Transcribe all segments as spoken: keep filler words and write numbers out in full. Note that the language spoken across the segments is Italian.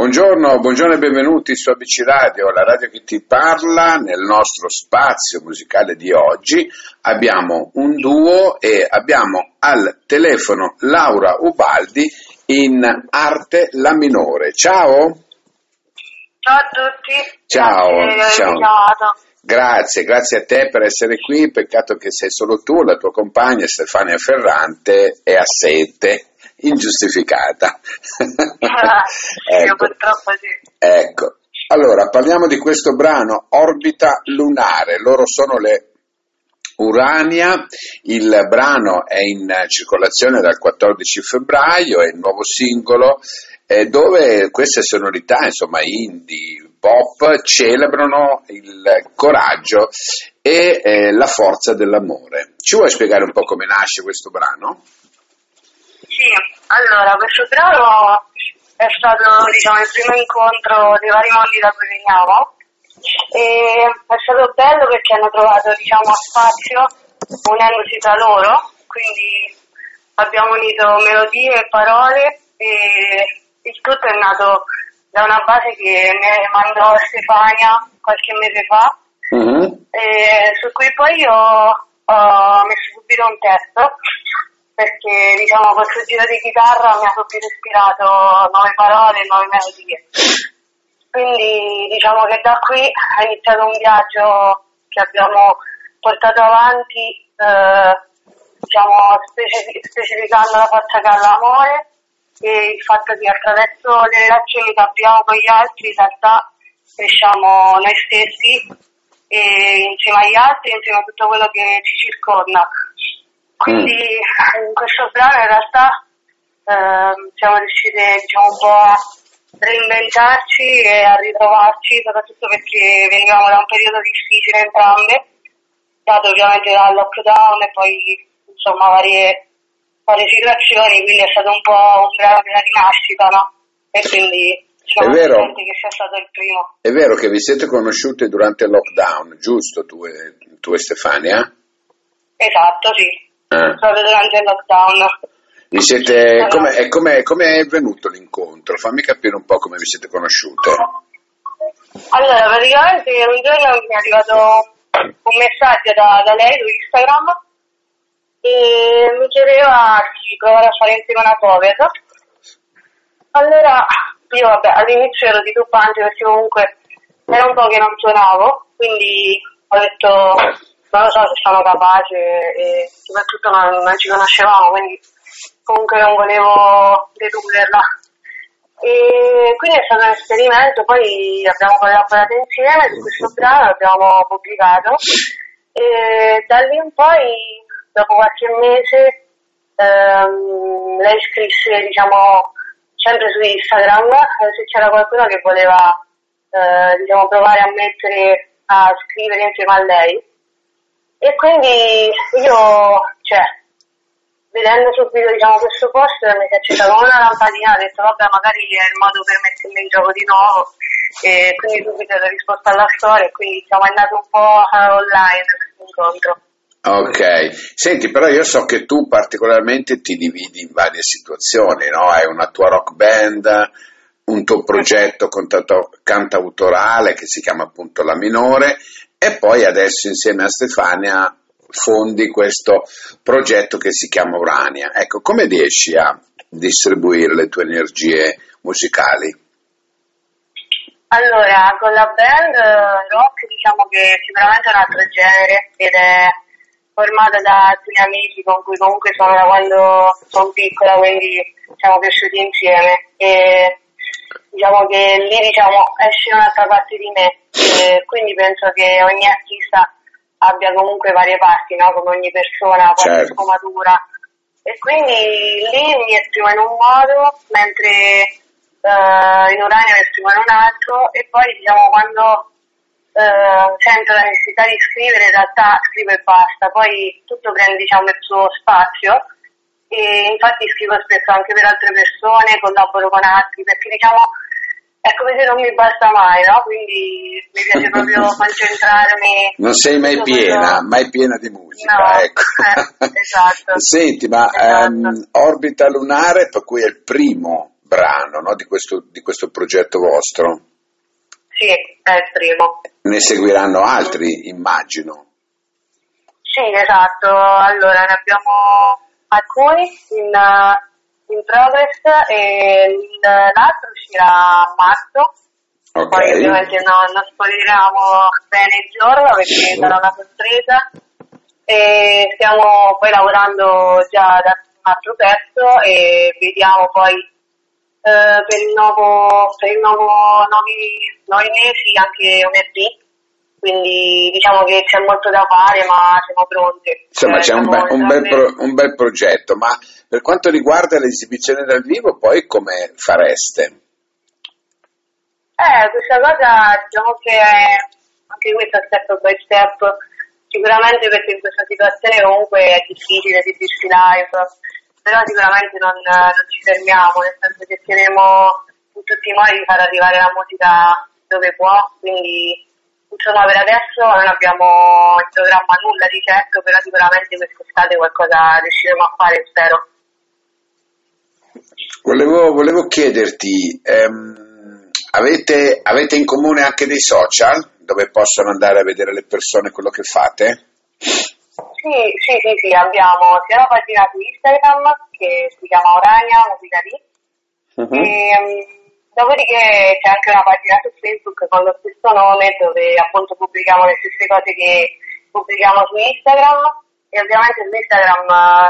Buongiorno, buongiorno e benvenuti su A B C Radio, la radio che ti parla. Nel nostro spazio musicale di oggi abbiamo un duo e abbiamo al telefono Laura Ubaldi in arte la minore. Ciao! Ciao a tutti! Ciao! Grazie, ciao. Grazie, grazie a te per essere qui. Peccato che sei solo tu, la tua compagna Stefania Ferrante è assente. Ingiustificata. Ecco. Io purtroppo sì. Ecco, allora parliamo di questo brano Orbita Lunare. Loro sono le Urania, il brano è in circolazione dal quattordici febbraio, è il nuovo singolo eh, dove queste sonorità, insomma indie, pop, celebrano il coraggio e eh, la forza dell'amore. Ci vuoi spiegare un po' come nasce questo brano? Sì, allora questo brano è stato, diciamo, il primo incontro dei vari mondi da cui veniamo e è stato bello perché hanno trovato, diciamo, spazio unendosi tra loro, quindi abbiamo unito melodie e parole e il tutto è nato da una base che mi mandò Stefania qualche mese fa, mm-hmm. e su cui poi io ho messo subito un testo, perché diciamo questo giro di chitarra mi ha subito ispirato nuove parole, nuove melodie. Quindi diciamo che da qui è iniziato un viaggio che abbiamo portato avanti, eh, diciamo specific- specificando la forza che ha l'amore e il fatto che attraverso le relazioni che abbiamo con gli altri in realtà cresciamo noi stessi e insieme agli altri, insieme a tutto quello che ci circonda. Quindi in questo brano in realtà eh, siamo riusciti, diciamo, un po' a reinventarci e a ritrovarci, soprattutto perché venivamo da un periodo difficile entrambe, dato ovviamente dal lockdown e poi insomma varie, varie situazioni, quindi è stato un po' un brano della rinascita, no? E quindi siamo contenti che sia stato il primo. È vero che vi siete conosciuti durante il lockdown, giusto, tu e, tu e Stefania? Esatto, sì. Ah. Proprio durante il lockdown. Vi siete, come è come, come è venuto l'incontro? Fammi capire un po' come vi siete conosciute. Allora, praticamente un giorno mi è arrivato un messaggio da, da lei su Instagram e mi chiedeva di provare a fare insieme una cover. Allora io vabbè all'inizio ero titubante perché comunque era un po' che non suonavo, quindi ho detto non lo so se sono capace e soprattutto non, non ci conoscevamo, quindi comunque non volevo deluderla. E quindi è stato un esperimento, poi abbiamo collaborato insieme su questo brano, l'abbiamo pubblicato e da lì in poi, dopo qualche mese, ehm, lei scrisse, diciamo, sempre su Instagram se c'era qualcuno che voleva eh, diciamo, provare a mettere a scrivere insieme a lei. E quindi io, cioè, vedendo subito, diciamo, questo post mi si è accesa come una lampadina, ho detto vabbè magari è il modo per mettermi in gioco di nuovo e quindi subito ho risposto alla storia e quindi siamo andati un po' online questo incontro. Ok, senti, però io so che tu particolarmente ti dividi in varie situazioni, no? Hai una tua rock band, un tuo progetto cantautorale che si chiama appunto La Minore e poi adesso insieme a Stefania fondi questo progetto che si chiama Urania. Ecco, come riesci a distribuire le tue energie musicali? Allora, con la band rock diciamo che sicuramente è un altro genere ed è formata da alcuni amici con cui comunque sono da quando sono piccola, quindi siamo cresciuti insieme e diciamo che lì diciamo esce un'altra parte di me e quindi penso che ogni artista abbia comunque varie parti, no? Come ogni persona, qualche certo. sfumatura e quindi lì mi esprimo in un modo mentre uh, in Urania mi esprimo in un altro e poi diciamo quando uh, sento la necessità di scrivere in realtà scrivo e basta, poi tutto prende diciamo il suo spazio e infatti scrivo spesso anche per altre persone, collaboro con altri perché diciamo è come se non mi basta mai, no? Quindi mi piace proprio concentrarmi. Non sei mai piena, quello... mai piena di musica, no, ecco. Eh, esatto. Senti, ma esatto. Um, Orbita Lunare, per cui è il primo brano, no? di, questo, di questo progetto vostro. Sì, è il primo. Ne seguiranno altri, immagino. Sì, esatto. Allora, ne abbiamo alcuni in, in progress e l'altro uscirà a marzo. Okay. Poi ovviamente no, non spoileriamo bene il giorno perché sarà una sorpresa. E stiamo poi lavorando già da un altro pezzo e vediamo poi eh, per il nuovo, per il nuovo nuovi, nuovi mesi anche un E P. Quindi diciamo che c'è molto da fare, ma siamo pronti. Insomma, eh, c'è un, be- un, bel pro- un bel progetto, ma per quanto riguarda l'esibizione dal vivo, poi come fareste? Eh, questa cosa diciamo che anche questa step by step, sicuramente perché in questa situazione comunque è difficile esibirsi live, però sicuramente non, non ci fermiamo, nel senso che cercheremo in tutti i modi di far arrivare la musica dove può, quindi insomma per adesso non abbiamo in programma nulla di certo, però sicuramente quest'estate qualcosa riusciremo a fare, spero. Volevo, volevo chiederti, ehm, avete, avete in comune anche dei social dove possono andare a vedere le persone quello che fate? Sì, sì, sì, sì, abbiamo sia una pagina su Instagram che si chiama Orania Musica Lì, uh-huh. e um, dopodiché c'è anche una pagina su Facebook con lo stesso nome dove appunto pubblichiamo le stesse cose che pubblichiamo su Instagram e ovviamente su Instagram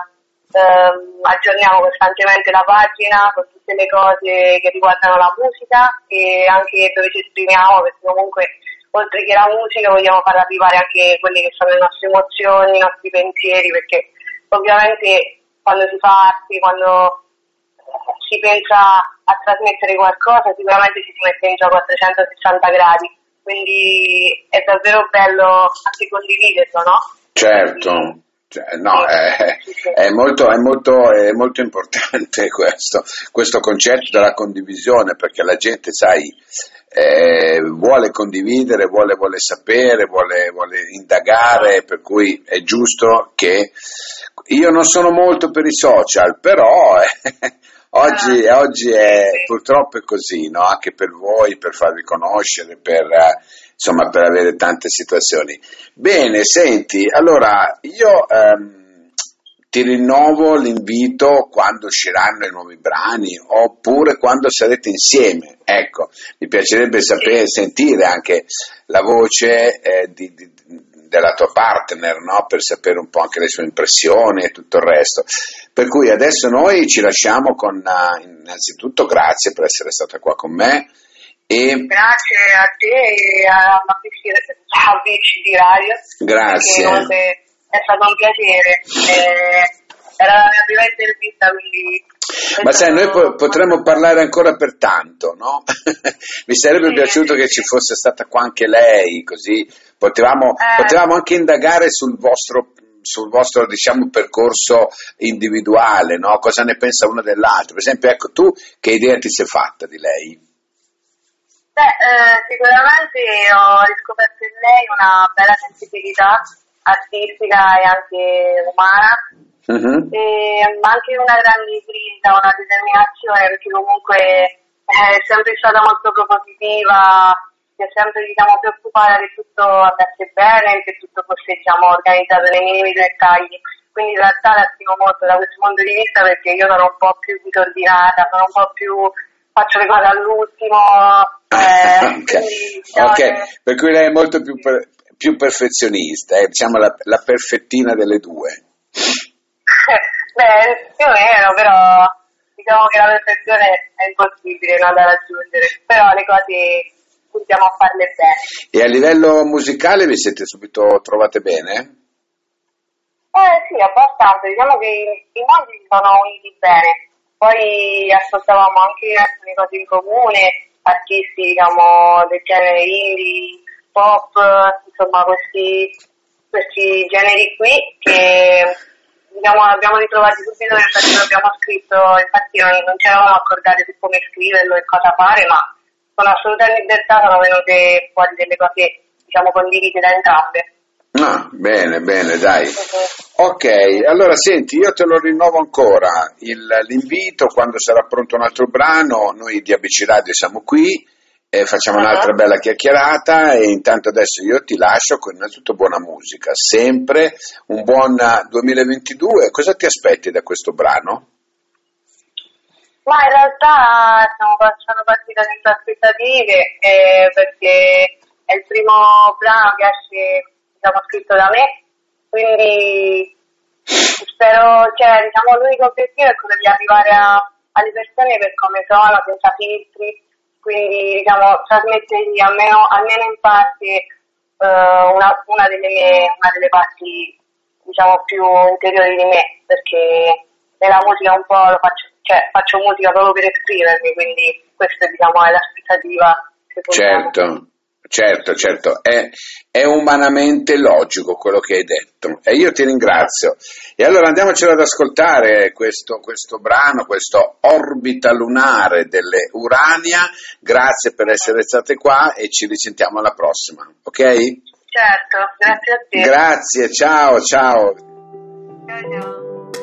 ehm, aggiorniamo costantemente la pagina con tutte le cose che riguardano la musica e anche dove ci esprimiamo, perché comunque oltre che la musica vogliamo far arrivare anche quelle che sono le nostre emozioni, i nostri pensieri, perché ovviamente quando si fa arte, quando si pensa a trasmettere qualcosa, sicuramente ci si mette in gioco a trecentosessanta gradi, quindi è davvero bello anche condividerlo, no? Certo, cioè, no, è, è, molto, è, molto, è molto importante questo, questo concetto della condivisione, perché la gente, sai, eh, vuole condividere, vuole, vuole sapere, vuole, vuole indagare, per cui è giusto che io non sono molto per i social, però eh, oggi, ah, oggi è purtroppo è così, no? Anche per voi, per farvi conoscere, per, eh, insomma, per avere tante situazioni. Bene, senti, allora io ehm, ti rinnovo l'invito quando usciranno i nuovi brani oppure quando sarete insieme. Ecco, mi piacerebbe sapere, sentire anche la voce eh, di, di, della tua partner, no? Per sapere un po' anche le sue impressioni e tutto il resto. Per cui adesso noi ci lasciamo con, uh, innanzitutto grazie per essere stata qua con me. E grazie a te e a Amici di Radio. Grazie. È stato un piacere. Eh, era la mia prima intervista, quindi. Ma sai, noi po- potremmo parlare ancora per tanto, no? Mi sarebbe sì, piaciuto sì, che sì. ci fosse stata qua anche lei, così potevamo, eh. potevamo anche indagare sul vostro, sul vostro, diciamo, percorso individuale, no? Cosa ne pensa uno dell'altro. Per esempio, ecco, tu che idea ti sei fatta di lei? Beh, eh, sicuramente ho riscoperto in lei una bella sensibilità artistica e anche umana. Uh-huh. E anche una grande grinta, una determinazione, perché comunque è sempre stata molto propositiva, si è sempre, diciamo, preoccupata che tutto andasse bene, che tutto fosse, diciamo, organizzato nei minimi dettagli. Quindi in realtà la stimo molto da questo punto di vista, perché io sono un po' più disordinata, sono un po' più, faccio le cose all'ultimo. Eh, okay. Quindi, diciamo, ok, per cui lei è molto più, per, più perfezionista, eh, diciamo la, la perfettina delle due. Beh, più o meno, però diciamo che la perfezione è impossibile non da raggiungere, però le cose puntiamo a farle bene. E a livello musicale vi siete subito trovate bene? Eh sì, abbastanza, diciamo che i mondi si sono uniti bene, poi ascoltavamo anche alcune cose in comune, artisti diciamo del genere indie, pop, insomma questi, questi generi qui che diciamo abbiamo ritrovati subito nel fatto che abbiamo scritto, infatti non, non ci eravamo accordati su come scriverlo e cosa fare, ma con assoluta libertà sono venute fuori delle cose diciamo condivise da entrambe. Ah, bene, bene, dai. Ok, allora senti, io te lo rinnovo ancora, il, l'invito, quando sarà pronto un altro brano, noi di A B C Radio siamo qui, e facciamo un'altra bella chiacchierata, e intanto adesso io ti lascio con innanzitutto buona musica, sempre un buon duemilaventidue. Cosa ti aspetti da questo brano? Ma in realtà stiamo sono partita senza aspettative, eh, perché è il primo brano che esce, diciamo, scritto da me, quindi spero, cioè, diciamo, l'unico obiettivo è quello di arrivare a, alle persone per come sono, senza filtri, quindi, diciamo, trasmettergli almeno, almeno in parte uh, una, una, delle mie, una delle parti, diciamo, più interiori di me, perché nella musica un po' lo faccio, cioè faccio musica proprio per esprimermi, quindi questa, diciamo, è l'aspettativa. Certo. Certo, certo, è, è umanamente logico quello che hai detto, e io ti ringrazio. E allora andiamocelo ad ascoltare questo, questo brano, questo Orbita lunare delle Urania. Grazie per essere state qua e ci risentiamo alla prossima, ok? Certo, grazie a te. Grazie, ciao, ciao. Ciao, ciao.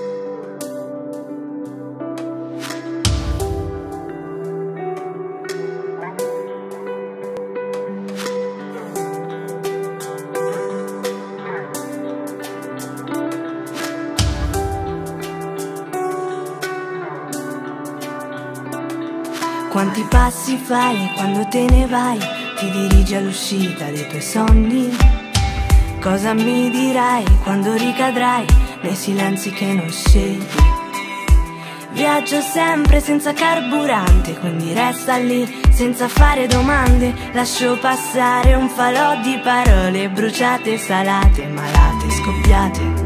Quanti passi fai quando te ne vai? Ti dirigi all'uscita dei tuoi sogni? Cosa mi dirai quando ricadrai nei silenzi che non scegli? Viaggio sempre senza carburante, quindi resta lì senza fare domande. Lascio passare un falò di parole bruciate, salate, malate, scoppiate.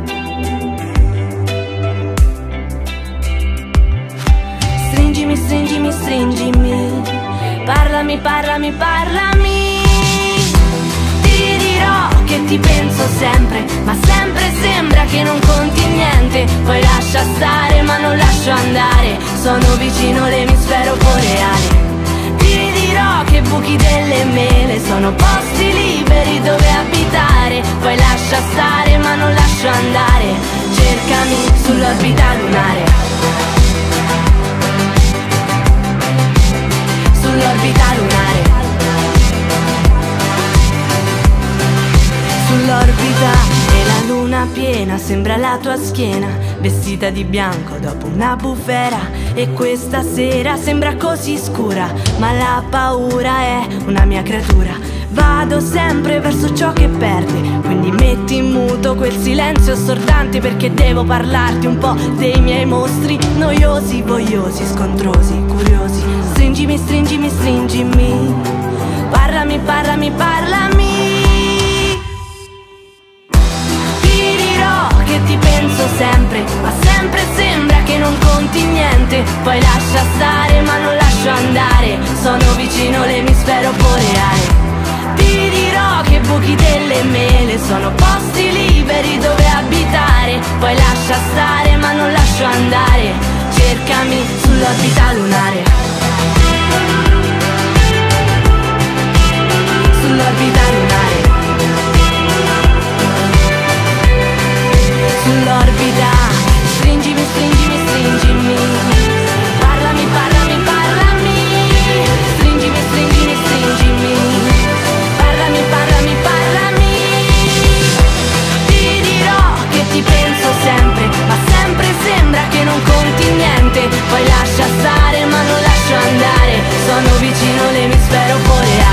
Stringimi, stringimi, stringimi, parlami, parlami, parlami. Ti dirò che ti penso sempre, ma sempre sembra che non conti niente. Poi lascia stare ma non lascio andare, sono vicino l'emisfero boreale. Ti dirò che buchi delle mele sono posti liberi dove abitare. Poi lascia stare ma non lascio andare, cercami sull'orbita lunare. Sull'orbita lunare, sull'orbita, e la luna piena sembra la tua schiena, vestita di bianco dopo una bufera. E questa sera sembra così scura, ma la paura è una mia creatura. Vado sempre verso ciò che perde, quindi metti in muto quel silenzio assordante, perché devo parlarti un po' dei miei mostri noiosi, vogliosi, scontrosi, curiosi. Stringimi, stringimi, stringimi, parlami, parlami, parlami. Ti dirò che ti penso sempre, ma sempre sembra che non conti niente. Poi lascia stare ma non lascio andare, sono vicino l'emisfero boreale. Ti dirò che buchi delle mele sono posti liberi dove abitare. Poi lascia stare ma non lascio andare, cercami sull'orbita lunare. Sull'orbita lunare, sull'orbita. Stringimi, stringimi, stringimi, parlami, parlami, parlami. Stringimi, stringimi, stringimi, parlami, parlami, parlami. Ti dirò che ti penso sempre, ma sempre sembra che non conti niente. Poi lascia stare ma non lascio andare, sono vicino l'emisfero boreale.